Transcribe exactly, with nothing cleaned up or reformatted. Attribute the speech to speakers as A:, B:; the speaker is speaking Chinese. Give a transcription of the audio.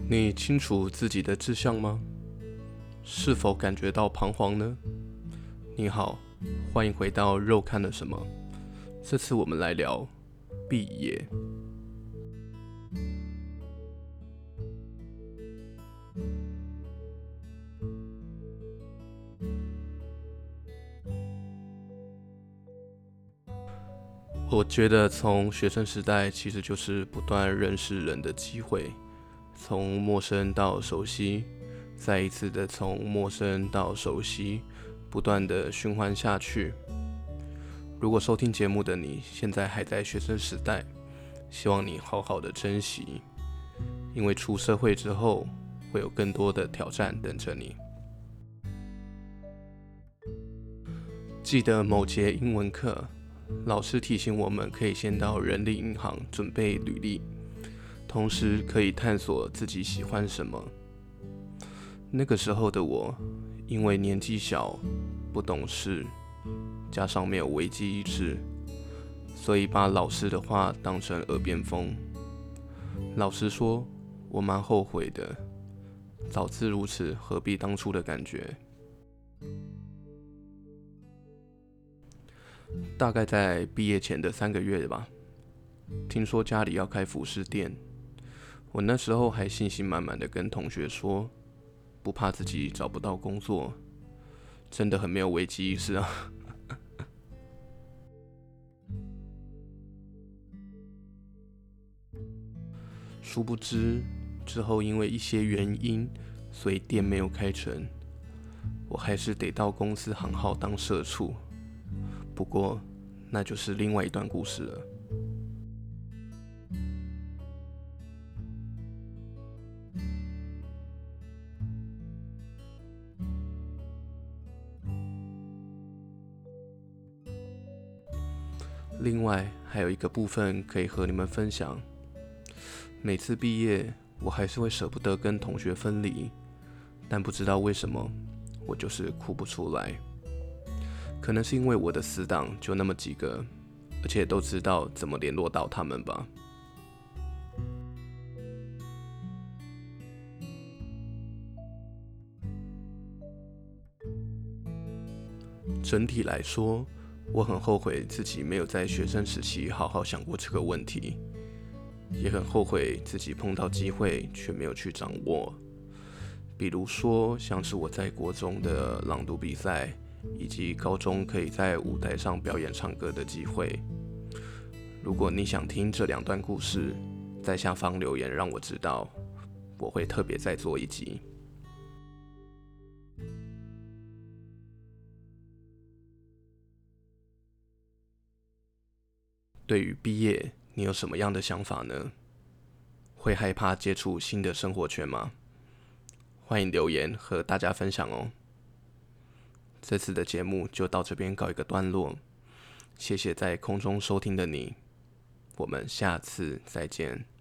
A: 你清楚自己的志向吗？是否感觉到彷徨呢？你好，欢迎回到肉看了什么。这次我们来聊毕业。我觉得从学生时代其实就是不断认识人的机会，从陌生到熟悉，再一次的从陌生到熟悉，不断的循环下去。如果收听节目的你现在还在学生时代，希望你好好的珍惜，因为出社会之后会有更多的挑战等着你。记得某节英文课，老师提醒我们可以先到人力银行准备履历，同时可以探索自己喜欢什么。那个时候的我，因为年纪小、不懂事，加上没有危机意识，所以把老师的话当成耳边风。老实说，我蛮后悔的，早知如此，何必当初的感觉。大概在毕业前的三个月吧，听说家里要开服饰店，我那时候还信心满满的跟同学说，不怕自己找不到工作，真的很没有危机意识啊。殊不知之后因为一些原因，所以店没有开成，我还是得到公司行号当社畜。不过那就是另外一段故事了。另外还有一个部分可以和你们分享，每次毕业我还是会舍不得跟同学分离，但不知道为什么我就是哭不出来。可能是因为我的死党就那么几个，而且都知道怎么联络到他们吧。整体来说，我很后悔自己没有在学生时期好好想过这个问题，也很后悔自己碰到机会却没有去掌握。比如说，像是我在国中的朗读比赛，以及高中可以在舞台上表演唱歌的机会。如果你想听这两段故事，在下方留言让我知道，我会特别再做一集。对于毕业，你有什么样的想法呢？会害怕接触新的生活圈吗？欢迎留言和大家分享哦。这次的节目就到这边告一个段落，谢谢在空中收听的你，我们下次再见。